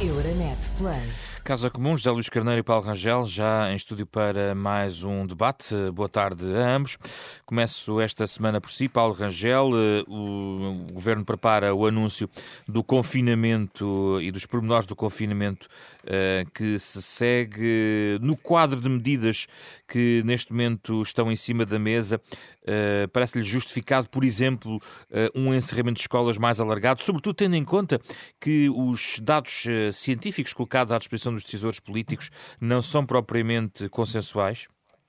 Euronet Plus. Casa Comum, José Luís Carneiro e Paulo Rangel, já em estúdio para mais um debate. Boa tarde a ambos. Começo esta semana por si, Paulo Rangel. O Governo prepara o anúncio do confinamento e dos pormenores do confinamento que se segue no quadro de medidas que neste momento estão em cima da mesa. Parece-lhe justificado, por exemplo, um encerramento de escolas mais alargado, sobretudo tendo em conta que os dados científicos colocados à disposição dos decisores políticos não são propriamente consensuais?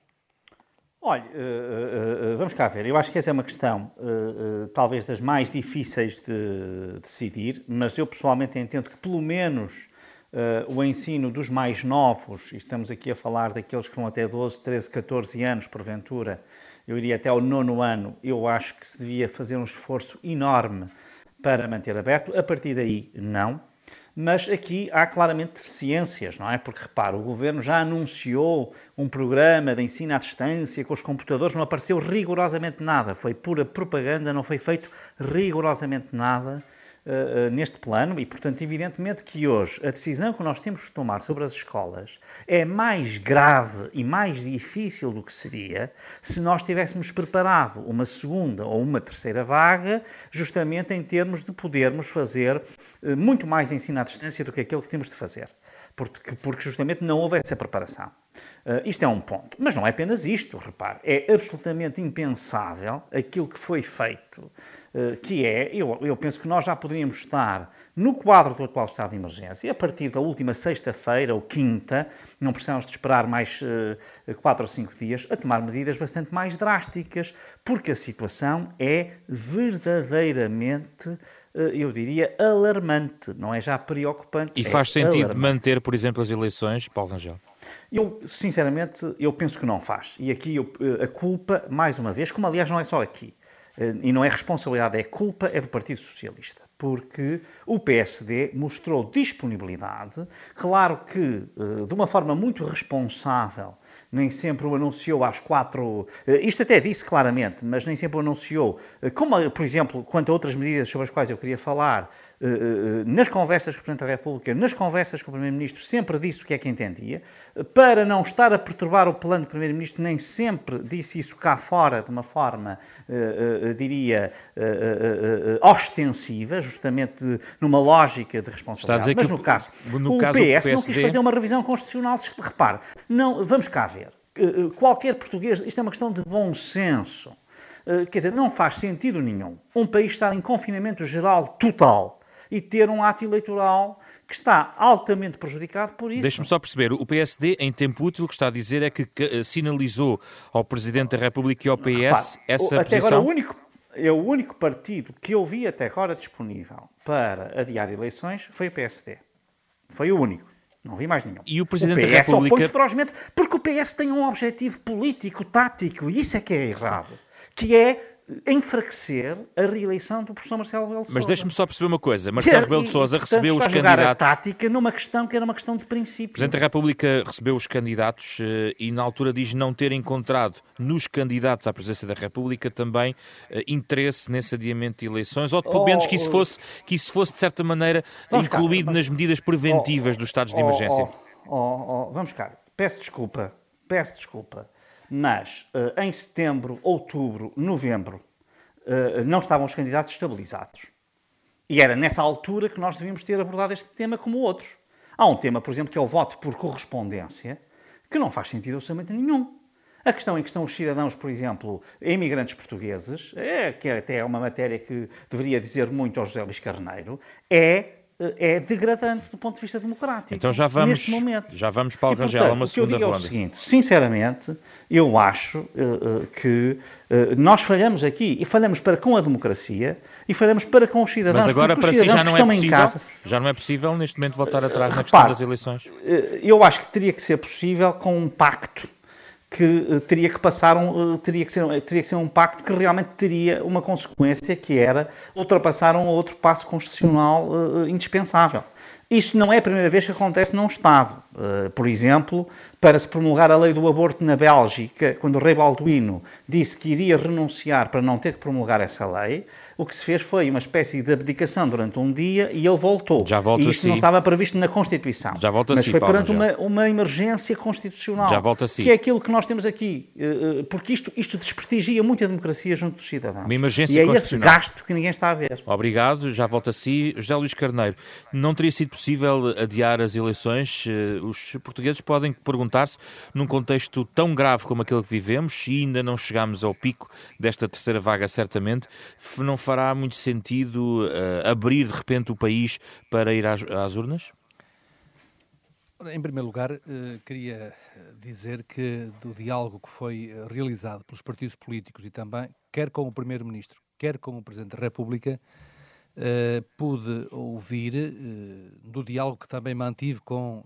Olha, vamos cá ver. Eu acho que essa é uma questão, talvez das mais difíceis de decidir, mas eu pessoalmente entendo que pelo menos o ensino dos mais novos, e estamos aqui a falar daqueles que vão até 12, 13, 14 anos, porventura, eu iria até ao 9º ano, eu acho que se devia fazer um esforço enorme para manter aberto. A partir daí, não. Mas aqui há claramente deficiências, não é? Porque, repara, o Governo já anunciou um programa de ensino à distância com os computadores, não apareceu rigorosamente nada. Foi pura propaganda, não foi feito rigorosamente nada neste plano e, portanto, evidentemente que hoje a decisão que nós temos de tomar sobre as escolas é mais grave e mais difícil do que seria se nós tivéssemos preparado uma segunda ou uma terceira vaga, justamente em termos de podermos fazer muito mais ensino à distância do que aquele que temos de fazer, porque justamente não houve essa preparação. Isto é um ponto. Mas não é apenas isto, repare. É absolutamente impensável aquilo que foi feito, que é, eu penso que nós já poderíamos estar no quadro do atual estado de emergência, a partir da última sexta-feira ou quinta, não precisamos de esperar mais 4 ou 5 dias, a tomar medidas bastante mais drásticas, porque a situação é verdadeiramente, eu diria, alarmante, não é já preocupante. E faz sentido manter, por exemplo, as eleições, Paulo Rangel? Eu, sinceramente, eu penso que não faz. E aqui a culpa, mais uma vez, como aliás não é só aqui, e não é responsabilidade, é culpa, é do Partido Socialista. Porque o PSD mostrou disponibilidade, claro que de uma forma muito responsável, nem sempre o anunciou às 4... Isto até disse claramente, mas nem sempre o anunciou, como, por exemplo, quanto a outras medidas sobre as quais eu queria falar, nas conversas com o Presidente da República, nas conversas com o Primeiro-Ministro, sempre disse o que é que entendia. Para não estar a perturbar o plano do Primeiro-Ministro, nem sempre disse isso cá fora de uma forma, diria, ostensiva, justamente numa lógica de responsabilidade. Mas no caso o PS não quis fazer uma revisão constitucional. Repare, não, vamos cá ver. Qualquer português, isto é uma questão de bom senso. Quer dizer, não faz sentido nenhum um país estar em confinamento geral total e ter um ato eleitoral que está altamente prejudicado por isso. Deixe-me só perceber, o PSD, em tempo útil, o que está a dizer é que sinalizou ao Presidente da República e ao PS essa até posição... Agora, o único partido que eu vi até agora disponível para adiar eleições foi o PSD. Foi o único. Não vi mais nenhum. E o Presidente da República... República... ferozmente, porque o PS tem um objetivo político, tático, e isso é que é errado, que é enfraquecer a reeleição do professor Marcelo Rebelo de Sousa. Mas deixe-me só perceber uma coisa. Marcelo Rebelo de Sousa recebeu os candidatos... a tática numa questão que era uma questão de princípio. O Presidente da República recebeu os candidatos e na altura diz não ter encontrado nos candidatos à presidência da República também interesse nesse adiamento de eleições, ou pelo menos que isso fosse de certa maneira incluído nas medidas preventivas dos estados de emergência. Vamos cá. Peço desculpa. Mas em setembro, outubro, novembro, não estavam os candidatos estabilizados. E era nessa altura que nós devíamos ter abordado este tema como outros. Há um tema, por exemplo, que é o voto por correspondência, que não faz sentido absolutamente nenhum. A questão em que estão os cidadãos, por exemplo, imigrantes portugueses, que até é uma matéria que deveria dizer muito ao José Luís Carneiro, é degradante do ponto de vista democrático. Então já vamos, neste momento. Paulo Rangel, a uma segunda ronda. O seguinte, sinceramente, eu acho que nós falhamos aqui, e falhamos para com a democracia, e falhamos para com os cidadãos. Mas agora para si já não é possível, já não é possível neste momento voltar atrás na questão das eleições? Eu acho que teria que ser possível com um pacto que teria que ser um pacto que realmente teria uma consequência, que era ultrapassar um outro passo constitucional indispensável. Isto não é a primeira vez que acontece num Estado. Por exemplo, para se promulgar a lei do aborto na Bélgica, quando o rei Balduíno disse que iria renunciar para não ter que promulgar essa lei, o que se fez foi uma espécie de abdicação durante um dia e ele voltou. Já volta e a isto si. não estava previsto na Constituição. Já volta a mas si, foi Paulo perante Rangel. uma emergência constitucional. Já volta a si. Que é aquilo que nós temos aqui. Porque isto desprestigia muito a democracia junto dos cidadãos. Uma emergência e é esse constitucional. gasto que ninguém está a ver. Obrigado, já volto a si. José Luís Carneiro, não teria sido possível adiar as eleições? Os portugueses podem perguntar-se, num contexto tão grave como aquele que vivemos, e ainda não chegámos ao pico desta terceira vaga, certamente, não fará muito sentido abrir de repente o país para ir às urnas? Em primeiro lugar, queria dizer que do diálogo que foi realizado pelos partidos políticos e também, quer com o Primeiro-Ministro, quer com o Presidente da República, pude ouvir, do diálogo que também mantive com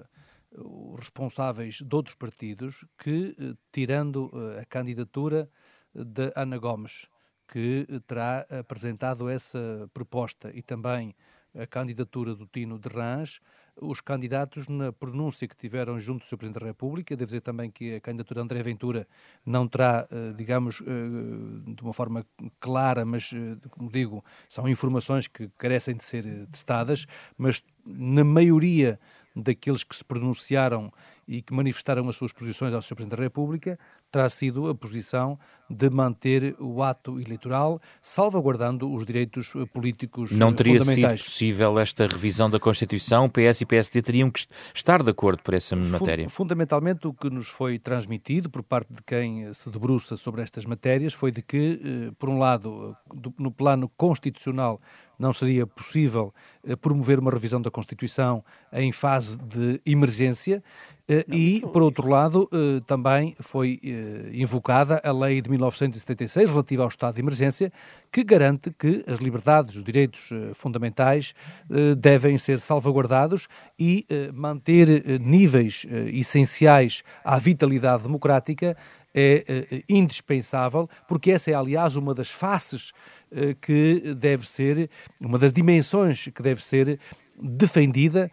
os responsáveis de outros partidos, que, tirando a candidatura de Ana Gomes, que terá apresentado essa proposta, e também a candidatura do Tino de Rãs, os candidatos na pronúncia que tiveram junto do Sr. Presidente da República, devo dizer também que a candidatura de André Ventura não terá, digamos, de uma forma clara, mas, como digo, são informações que carecem de ser testadas, mas na maioria daqueles que se pronunciaram e que manifestaram as suas posições ao Sr. Presidente da República, terá sido a posição de manter o ato eleitoral, salvaguardando os direitos políticos fundamentais. Não teria sido possível esta revisão da Constituição? O PS e o PSD teriam que estar de acordo por essa matéria? Fundamentalmente, o que nos foi transmitido por parte de quem se debruça sobre estas matérias foi de que, por um lado, no plano constitucional, não seria possível promover uma revisão da Constituição em fase de emergência e, por outro lado, também foi invocada a Lei de 1976, relativa ao estado de emergência, que garante que as liberdades, os direitos fundamentais devem ser salvaguardados e manter níveis essenciais à vitalidade democrática é indispensável, porque essa é, aliás, uma das faces que deve ser, uma das dimensões que deve ser defendida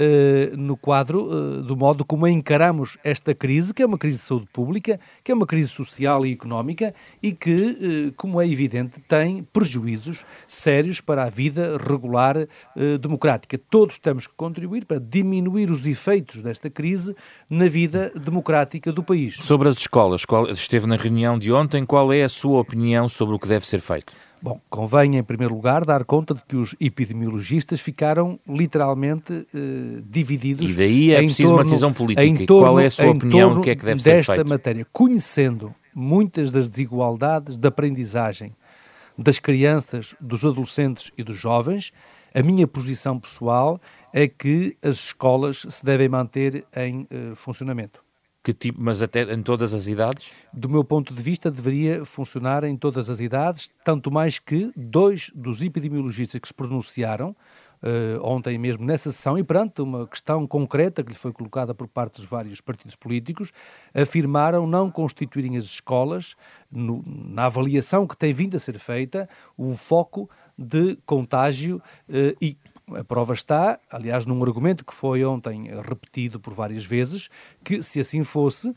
no quadro do modo como encaramos esta crise, que é uma crise de saúde pública, que é uma crise social e económica e que, como é evidente, tem prejuízos sérios para a vida regular democrática. Todos temos que contribuir para diminuir os efeitos desta crise na vida democrática do país. Sobre as escolas, esteve na reunião de ontem, qual é a sua opinião sobre o que deve ser feito? Bom, convém, em primeiro lugar, dar conta de que os epidemiologistas ficaram literalmente divididos. E daí é preciso uma decisão política. E qual é a sua opinião do que é que deve ser feito? Desta matéria, conhecendo muitas das desigualdades de aprendizagem das crianças, dos adolescentes e dos jovens, a minha posição pessoal é que as escolas se devem manter em funcionamento. Que tipo, mas até em todas as idades? Do meu ponto de vista, deveria funcionar em todas as idades, tanto mais que 2 dos epidemiologistas que se pronunciaram ontem mesmo nessa sessão e perante uma questão concreta que lhe foi colocada por parte dos vários partidos políticos, afirmaram não constituírem as escolas, na avaliação que tem vindo a ser feita, um foco de contágio e a prova está, aliás, num argumento que foi ontem repetido por várias vezes, que se assim fosse,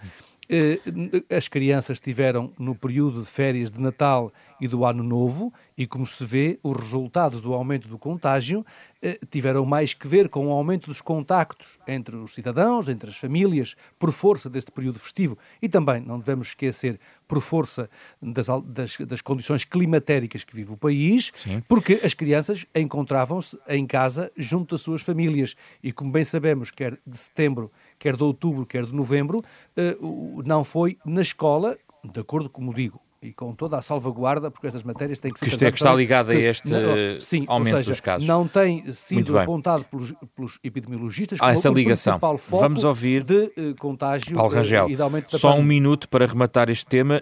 as crianças estiveram no período de férias de Natal e do Ano Novo e, como se vê, os resultados do aumento do contágio tiveram mais que ver com o aumento dos contactos entre os cidadãos, entre as famílias, por força deste período festivo e também, não devemos esquecer, por força das condições climatéricas que vive o país, sim, porque as crianças encontravam-se em casa junto às suas famílias e, como bem sabemos, quer de setembro, quer de outubro, quer de novembro, não foi na escola, de acordo com, como digo, e com toda a salvaguarda, porque estas matérias têm que ser... Que isto é que está ligado a este aumento, ou seja, dos casos. Não tem sido apontado pelos epidemiologistas como essa ligação. O principal foco. Vamos ouvir de contágio Paulo Rangel, e de aumento da só pandemia. Um minuto para rematar este tema.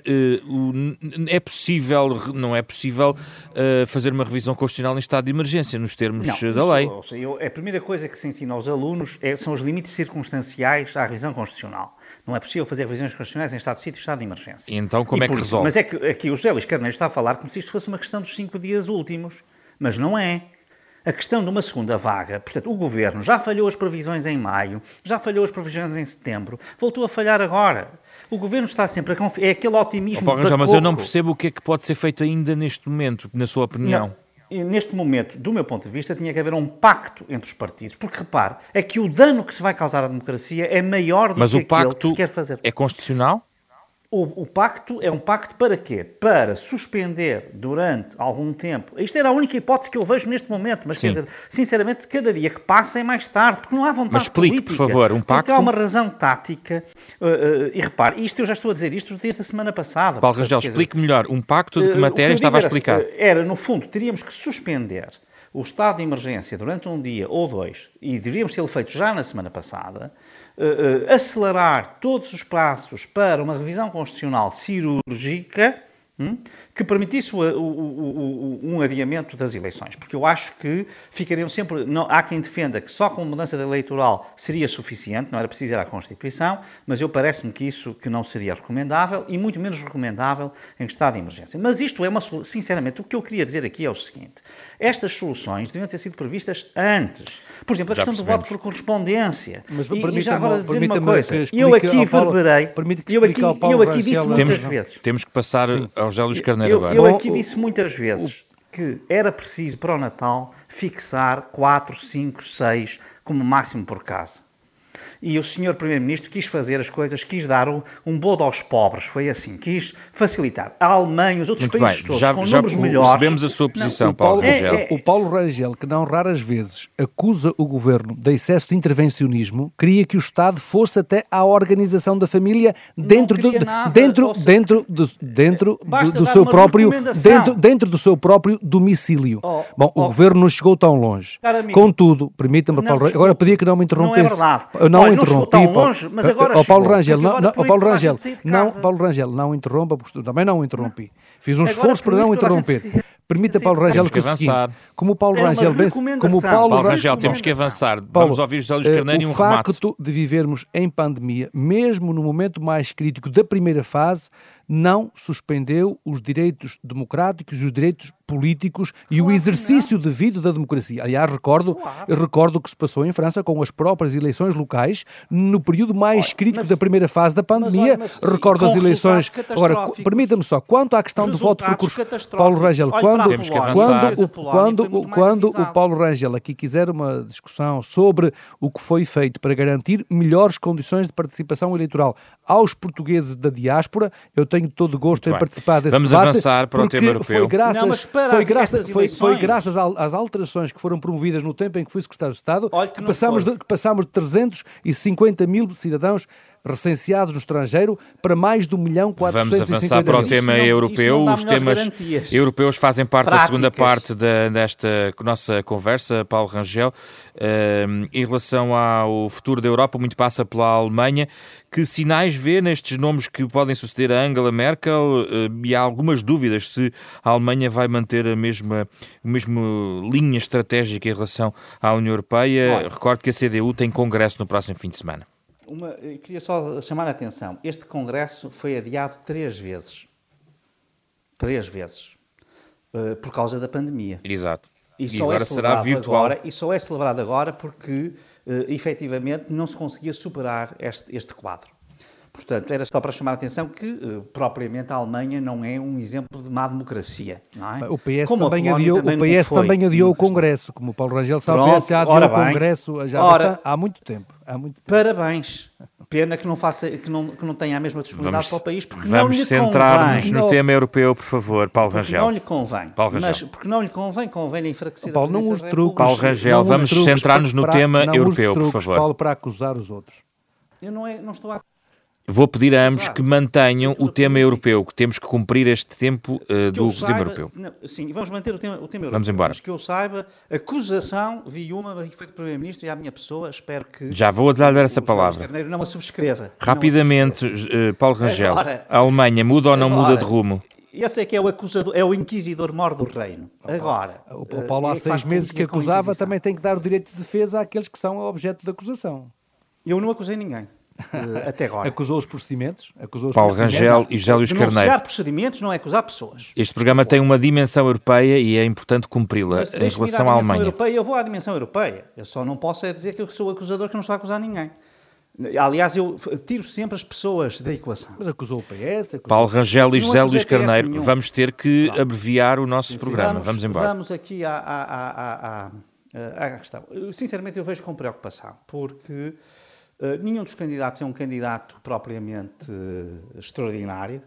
É possível, não é possível fazer uma revisão constitucional em estado de emergência, nos termos da lei? A primeira coisa que se ensina aos alunos são os limites circunstanciais à revisão constitucional. Não é possível fazer revisões constitucionais em estado de sítio e estado de emergência. E então como é que resolve? Mas é que aqui o José Luís Carneiro está a falar como se isto fosse uma questão dos 5 dias últimos. Mas não é. a questão de uma segunda vaga, portanto, o Governo já falhou as previsões em maio, já falhou as previsões em setembro, voltou a falhar agora. O Governo está sempre a confiar, é aquele otimismo Paulo Rangel, mas eu não percebo o que é que pode ser feito ainda neste momento, na sua opinião. Não. Neste momento, do meu ponto de vista, tinha que haver um pacto entre os partidos, porque, repare, é que o dano que se vai causar à democracia é maior do que aquele que se quer fazer. Mas o pacto é constitucional? O pacto é um pacto para quê? Para suspender durante algum tempo. Isto era a única hipótese que eu vejo neste momento, mas quer dizer, sinceramente, cada dia que passa é mais tarde, porque não há vontade mas explique, política. por favor, um pacto... Porque há uma razão tática. E repare, isto eu já estou a dizer isto desde a semana passada. Paulo Rangel, explique melhor. Um pacto de que matéria estava a explicar? Era, no fundo, teríamos que suspender o estado de emergência durante um dia ou dois, e deveríamos tê-lo feito já na semana passada, acelerar todos os passos para uma revisão constitucional cirúrgica que permitisse um adiamento das eleições. Porque eu acho que ficariam sempre... Não, há quem defenda que só com mudança da eleitoral seria suficiente, não era preciso ir à Constituição, mas eu parece-me que isso que não seria recomendável e muito menos recomendável em estado de emergência. Mas isto é sinceramente, o que eu queria dizer aqui é o seguinte: estas soluções deviam ter sido previstas antes. Por exemplo, a questão do voto por correspondência. Mas e já agora dizer uma coisa, eu aqui verberei, eu aqui disse muitas vezes... Temos que passar ao José Luís Carneiro agora. Eu aqui disse muitas vezes que era preciso para o Natal fixar 4, 5, 6 como máximo por casa. E o Sr. Primeiro-Ministro quis fazer as coisas, quis dar um bodo aos pobres, foi assim, quis facilitar. A Alemanha, os outros países todos, com números melhores... Percebemos a sua posição, Paulo Rangel. O Paulo Rangel, que não raras vezes acusa o Governo de excesso de intervencionismo, queria que o Estado fosse até à organização da família dentro do seu próprio domicílio. Bom, o Governo não chegou tão longe. Contudo, permita-me, Paulo Rangel, agora pedia que não me interrompesse. Não interrompi, tão longe, mas agora Paulo Rangel, Paulo Rangel, não interrompa, porque também não o interrompi. Fiz um esforço para não interromper. Permita, Paulo Rangel, que o seguinte, como o Paulo Rangel Paulo Rangel, temos que avançar. Vamos ouvir José Luís Carneiro e um remate. O facto de vivermos em pandemia, mesmo no momento mais crítico da primeira fase, não suspendeu os direitos democráticos e os direitos políticos e o exercício devido da democracia. Aliás, recordo o que se passou em França com as próprias eleições locais no período mais crítico da primeira fase da pandemia. Recordo as eleições... Agora, permita-me só, quanto à questão do voto por correspondência, Paulo Rangel, quando o Paulo Rangel aqui quiser uma discussão sobre o que foi feito para garantir melhores condições de participação eleitoral aos portugueses da diáspora, eu tenho todo o gosto em participar desse debate. Vamos avançar para o tema europeu. Foi graças às alterações que foram promovidas no tempo em que fui secretário de Estado que passámos de 350 mil cidadãos recenseados no estrangeiro para mais de 1.450.000. Vamos avançar para o tema europeu. Os temas europeus fazem parte da segunda parte desta nossa conversa, Paulo Rangel. Em relação ao futuro da Europa, muito passa pela Alemanha. Que sinais vê nestes nomes que podem suceder a Angela Merkel? E há algumas dúvidas se a Alemanha vai manter a mesma linha estratégica em relação à União Europeia. Recordo que a CDU tem congresso no próximo fim de semana. Eu queria só chamar a atenção. Este congresso foi adiado 3 vezes. 3 vezes. Por causa da pandemia. Exato. E agora será virtual. E só é celebrado agora porque, efetivamente, não se conseguia superar este quadro. Portanto, era só para chamar a atenção que, propriamente, a Alemanha não é um exemplo de má democracia. Não é? O PS também adiou o Congresso. Como o Paulo Rangel sabe, o PS já adiou o Congresso há muito tempo. Parabéns. Pena que não tenha a mesma disponibilidade para o país, porque não lhe convém. Vamos centrar-nos no tema europeu, por favor, Paulo Rangel. Não lhe convém. Mas porque não lhe convém enfraquecer Paulo, não os truques. Paulo Rangel, vamos centrar-nos no tema europeu, por favor. Paulo, para acusar os outros. Eu não estou a... Vou pedir a ambos que mantenham o tema europeu, que temos que cumprir este tempo do tema europeu. Sim, vamos manter o tema europeu. Vamos embora. Mas que eu saiba, acusação, vi uma que foi do Primeiro-Ministro e à minha pessoa, espero que... Já vou dar essa palavra. Não a subscreva. Rapidamente, Paulo Rangel, a Alemanha muda ou não muda de rumo? Esse é que é o acusador, é o inquisidor mor do reino. Agora... O Paulo há 6 meses que acusava, também tem que dar o direito de defesa àqueles que são objeto de acusação. Eu não acusei ninguém. até agora. Acusou os procedimentos? Paulo Rangel e José Luís Carneiro. Denunciar procedimentos não é acusar pessoas. Este programa tem uma dimensão europeia e é importante cumpri-la. Em relação à Alemanha. Eu vou à dimensão europeia. Eu só não posso dizer que eu sou acusador que não estou a acusar ninguém. Aliás, eu tiro sempre as pessoas da equação. Mas acusou o PS, Paulo Rangel e José Luís Carneiro. Vamos ter que abreviar o nosso programa. Vamos embora. Vamos aqui à questão. Sinceramente, eu vejo com preocupação, porque nenhum dos candidatos é um candidato propriamente extraordinário.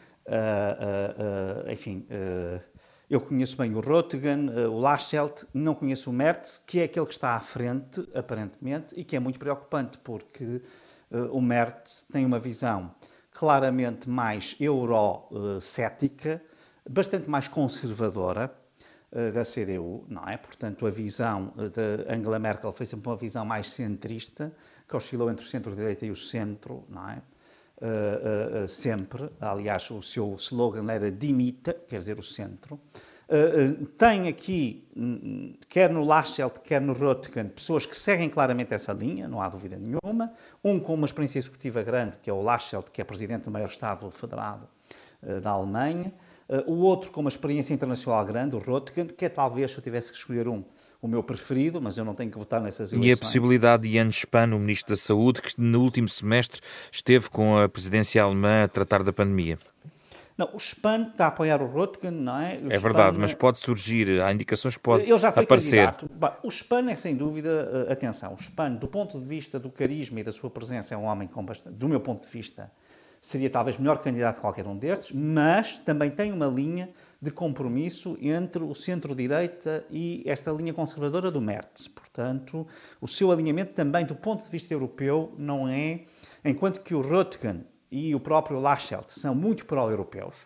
Enfim, eu conheço bem o Röttgen, o Laschet, não conheço o Merz, que é aquele que está à frente, aparentemente, e que é muito preocupante, porque o Merz tem uma visão claramente mais eurocética, bastante mais conservadora da CDU, não é? Portanto, a visão de Angela Merkel foi sempre uma visão mais centrista, que oscilou entre o centro-direita e o centro, não é? Sempre. Aliás, o seu slogan era Dimita, quer dizer, o centro. Tem aqui, quer no Laschet, quer no Röttgen, pessoas que seguem claramente essa linha, não há dúvida nenhuma. Um com uma experiência executiva grande, que é o Laschet, que é presidente do maior Estado federado da Alemanha. O outro com uma experiência internacional grande, o Röttgen, que é talvez, se eu tivesse que escolher o meu preferido, mas eu não tenho que votar nessas eleições. E a possibilidade de Jens Spahn, o Ministro da Saúde, que no último semestre esteve com a presidência alemã a tratar da pandemia. Não, o Spahn está a apoiar o Röttgen, não é? É verdade, mas pode surgir, há indicações que pode ele já foi aparecer. Candidato. O Spahn é, sem dúvida, atenção, o Spahn, do ponto de vista do carisma e da sua presença, é um homem com bastante, do meu ponto de vista, seria talvez melhor candidato que qualquer um destes, mas também tem uma linha de compromisso entre o centro-direita e esta linha conservadora do Merz. Portanto, o seu alinhamento também, do ponto de vista europeu, não é... Enquanto que o Röttgen e o próprio Laschet são muito pró-europeus,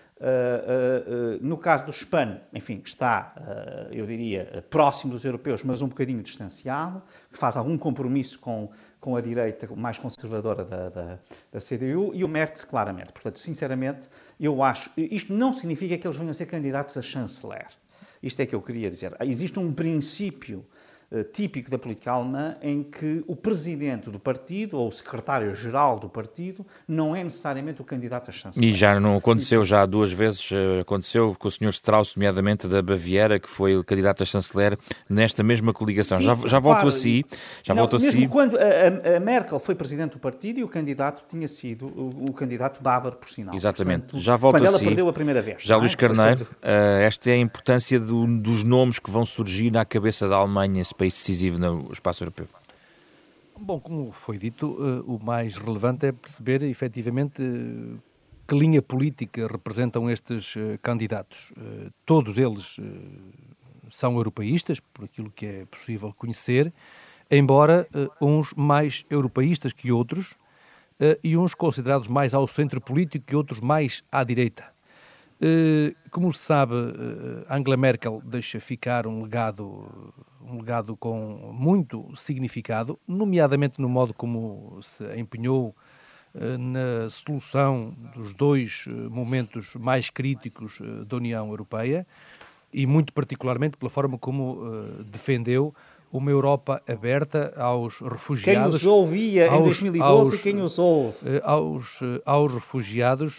no caso do Spahn, enfim, está, eu diria, próximo dos europeus, mas um bocadinho distanciado, que faz algum compromisso com a direita mais conservadora da CDU, e o Merz, claramente. Portanto, sinceramente, eu acho... Isto não significa que eles venham a ser candidatos a chanceler. Isto é que eu queria dizer. Existe um princípio típico da política alemã em que o presidente do partido ou o secretário-geral do partido não é necessariamente o candidato a chanceler. E já não aconteceu, já 2 vezes aconteceu com o Sr. Strauss, nomeadamente da Baviera, que foi o candidato a chanceler nesta mesma coligação. Sim, já volto a si. Mesmo quando a Merkel foi presidente do partido e o candidato tinha sido o candidato bávaro, por sinal. Exatamente. Portanto, já volto quando a ela si. Perdeu a primeira vez. Já Luís Carneiro, esta é a importância dos nomes que vão surgir na cabeça da Alemanha, esse país decisivo no espaço europeu. Bom, como foi dito, o mais relevante é perceber efetivamente que linha política representam estes candidatos. Todos eles são europeístas, por aquilo que é possível conhecer, embora uns mais europeístas que outros e uns considerados mais ao centro político e outros mais à direita. Como se sabe, Angela Merkel deixa ficar um legado com muito significado, nomeadamente no modo como se empenhou na solução dos 2 momentos mais críticos da União Europeia e muito particularmente pela forma como defendeu uma Europa aberta aos refugiados. Quem os ouvia em 2012 e quem os ouve. Aos refugiados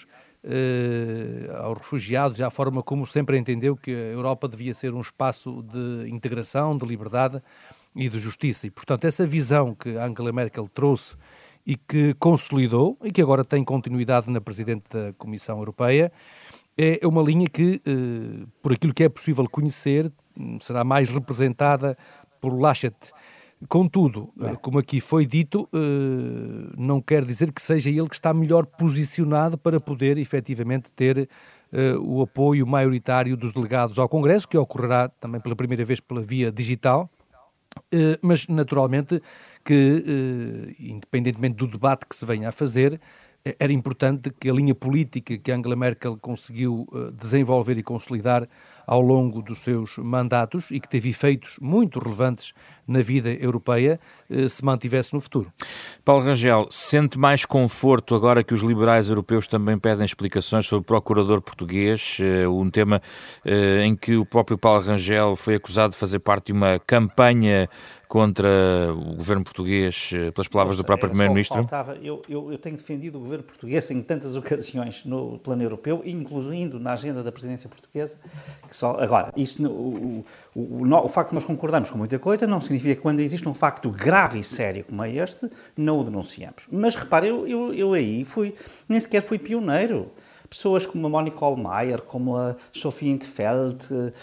e à forma como sempre entendeu que a Europa devia ser um espaço de integração, de liberdade e de justiça. E, portanto, essa visão que Angela Merkel trouxe e que consolidou e que agora tem continuidade na Presidente da Comissão Europeia, é uma linha que, por aquilo que é possível conhecer, será mais representada por Laschet. Contudo, como aqui foi dito, não quer dizer que seja ele que está melhor posicionado para poder efetivamente ter o apoio maioritário dos delegados ao Congresso, que ocorrerá também pela primeira vez pela via digital, mas naturalmente que, independentemente do debate que se venha a fazer, era importante que a linha política que Angela Merkel conseguiu desenvolver e consolidar ao longo dos seus mandatos e que teve efeitos muito relevantes na vida europeia, se mantivesse no futuro. Paulo Rangel, sente mais conforto agora que os liberais europeus também pedem explicações sobre o procurador português, um tema em que o próprio Paulo Rangel foi acusado de fazer parte de uma campanha contra o governo português, pelas palavras do próprio Primeiro-Ministro? Eu tenho defendido o governo português em tantas ocasiões no plano europeu, incluindo na agenda da presidência portuguesa. Agora, o facto de nós concordarmos com muita coisa não significa que quando existe um facto grave e sério como é este, não o denunciamos. Mas repare, eu aí nem sequer fui pioneiro. Pessoas como a Mónica Hohlmeier, como a Sophie in 't Veld,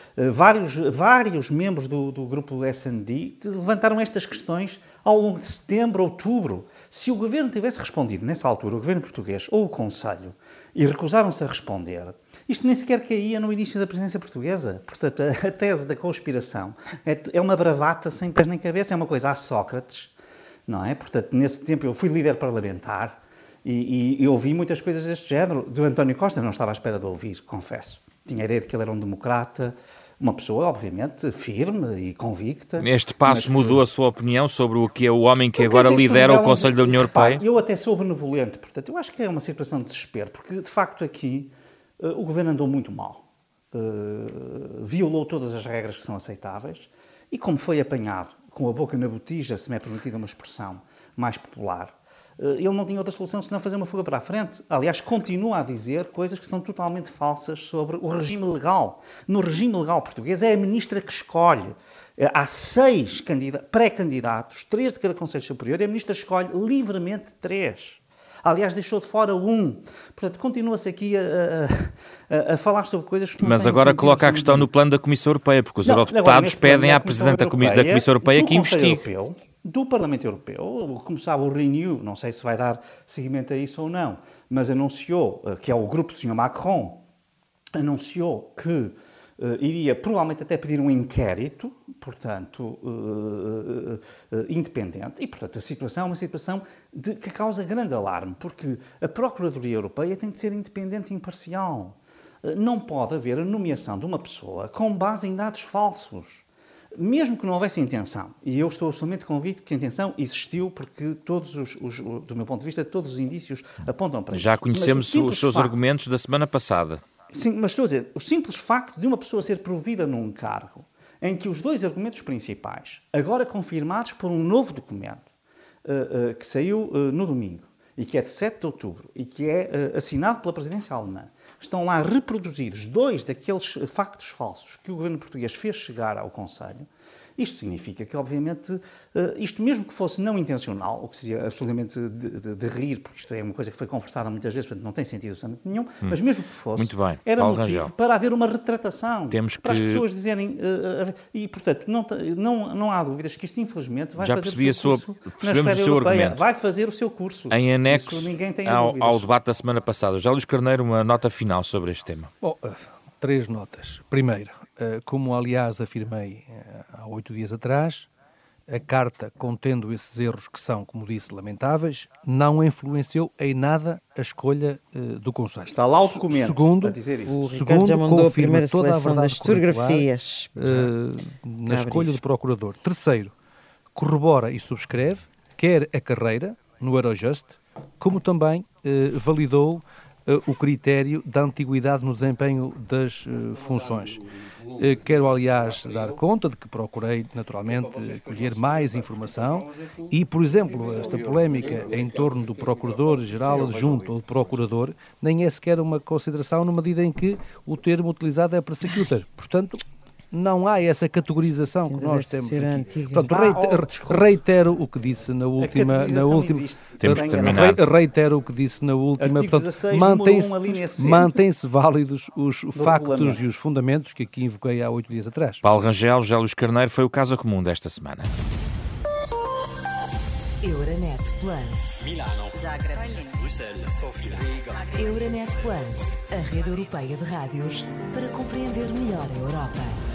vários membros do grupo S&D levantaram estas questões ao longo de setembro, outubro. Se o governo tivesse respondido nessa altura, o governo português ou o Conselho, e recusaram-se a responder, isto nem sequer caía no início da presidência portuguesa. Portanto, a tese da conspiração é uma bravata sem pés nem cabeça, é uma coisa a Sócrates, não é? Portanto, nesse tempo eu fui líder parlamentar, e ouvi muitas coisas deste género. Do António Costa não estava à espera de ouvir, confesso. Tinha a ideia de que ele era um democrata, uma pessoa, obviamente, firme e convicta. Este passo mudou a sua opinião sobre o que é o homem que agora lidera o Conselho da União Europeia? Eu até sou benevolente, portanto, eu acho que é uma situação de desespero, porque, de facto, aqui o governo andou muito mal. Violou todas as regras que são aceitáveis e, como foi apanhado com a boca na botija, se me é permitida uma expressão mais popular, ele não tinha outra solução senão fazer uma fuga para a frente. Aliás, continua a dizer coisas que são totalmente falsas sobre o regime legal. No regime legal português é a ministra que escolhe. Há 6 pré-candidatos, 3 de cada Conselho Superior, e a ministra escolhe livremente 3. Aliás, deixou de fora 1. Portanto, continua-se aqui a falar sobre coisas que não Mas têm agora sentido, coloca a questão no plano da Comissão Europeia, porque os eurodeputados pedem à Presidente da Comissão Europeia que investigue. Do Parlamento Europeu, como sabe, o Renew, não sei se vai dar seguimento a isso ou não, mas anunciou, que é o grupo do Sr. Macron, anunciou que iria provavelmente até pedir um inquérito, portanto, independente, e, portanto, a situação é uma situação que causa grande alarme, porque a Procuradoria Europeia tem de ser independente e imparcial. Não pode haver a nomeação de uma pessoa com base em dados falsos. Mesmo que não houvesse intenção, e eu estou absolutamente convicto que a intenção existiu, porque do meu ponto de vista, todos os indícios apontam para isso. Já conhecemos os seus argumentos da semana passada. Sim, mas estou a dizer, o simples facto de uma pessoa ser provida num cargo em que os 2 argumentos principais, agora confirmados por um novo documento que saiu no domingo, e que é de 7 de outubro, e que é assinado pela presidência alemã, estão lá reproduzidos 2 daqueles factos falsos que o governo português fez chegar ao Conselho. Isto significa que, obviamente, isto mesmo que fosse não intencional, o que seria absolutamente de rir, porque isto é uma coisa que foi conversada muitas vezes, portanto não tem sentido absolutamente nenhum, mas mesmo que fosse, muito bem, era Paulo motivo Rangel, para haver uma retratação, para as pessoas dizerem, e portanto não há dúvidas que isto infelizmente vai fazer o seu curso na esfera europeia, vai fazer o seu curso. Em anexo ao debate da semana passada. José Luís Carneiro, uma nota final sobre este tema. Bom, 3 notas. Primeiro, como aliás afirmei há 8 dias atrás, a carta contendo esses erros que são, como disse, lamentáveis, não influenciou em nada a escolha do Conselho. Está lá o documento a dizer isso. O Ricardo já mandou a primeira seleção das fotografias na escolha do procurador. Terceiro, corrobora e subscreve quer a carreira no Eurojust, como também validou o critério da antiguidade no desempenho das funções. Quero, aliás, dar conta de que procurei, naturalmente, colher mais informação e, por exemplo, esta polémica em torno do Procurador-Geral Adjunto ou do Procurador nem é sequer uma consideração na medida em que o termo utilizado é persecutor. Portanto, não há essa categorização que nós temos aqui. Portanto, reitero o que disse na última Temos que terminar. Reitero o que disse na última. Mantém-se válidos os factos e os fundamentos que aqui invoquei há 8 dias atrás. Paulo Rangel, José Luís Carneiro, foi o caso comum desta semana. Euronet Plus. Milano. Zagreb. Bruxelas. Sofia. Riga. Euronet Plus, a rede europeia de rádios para compreender melhor a Europa.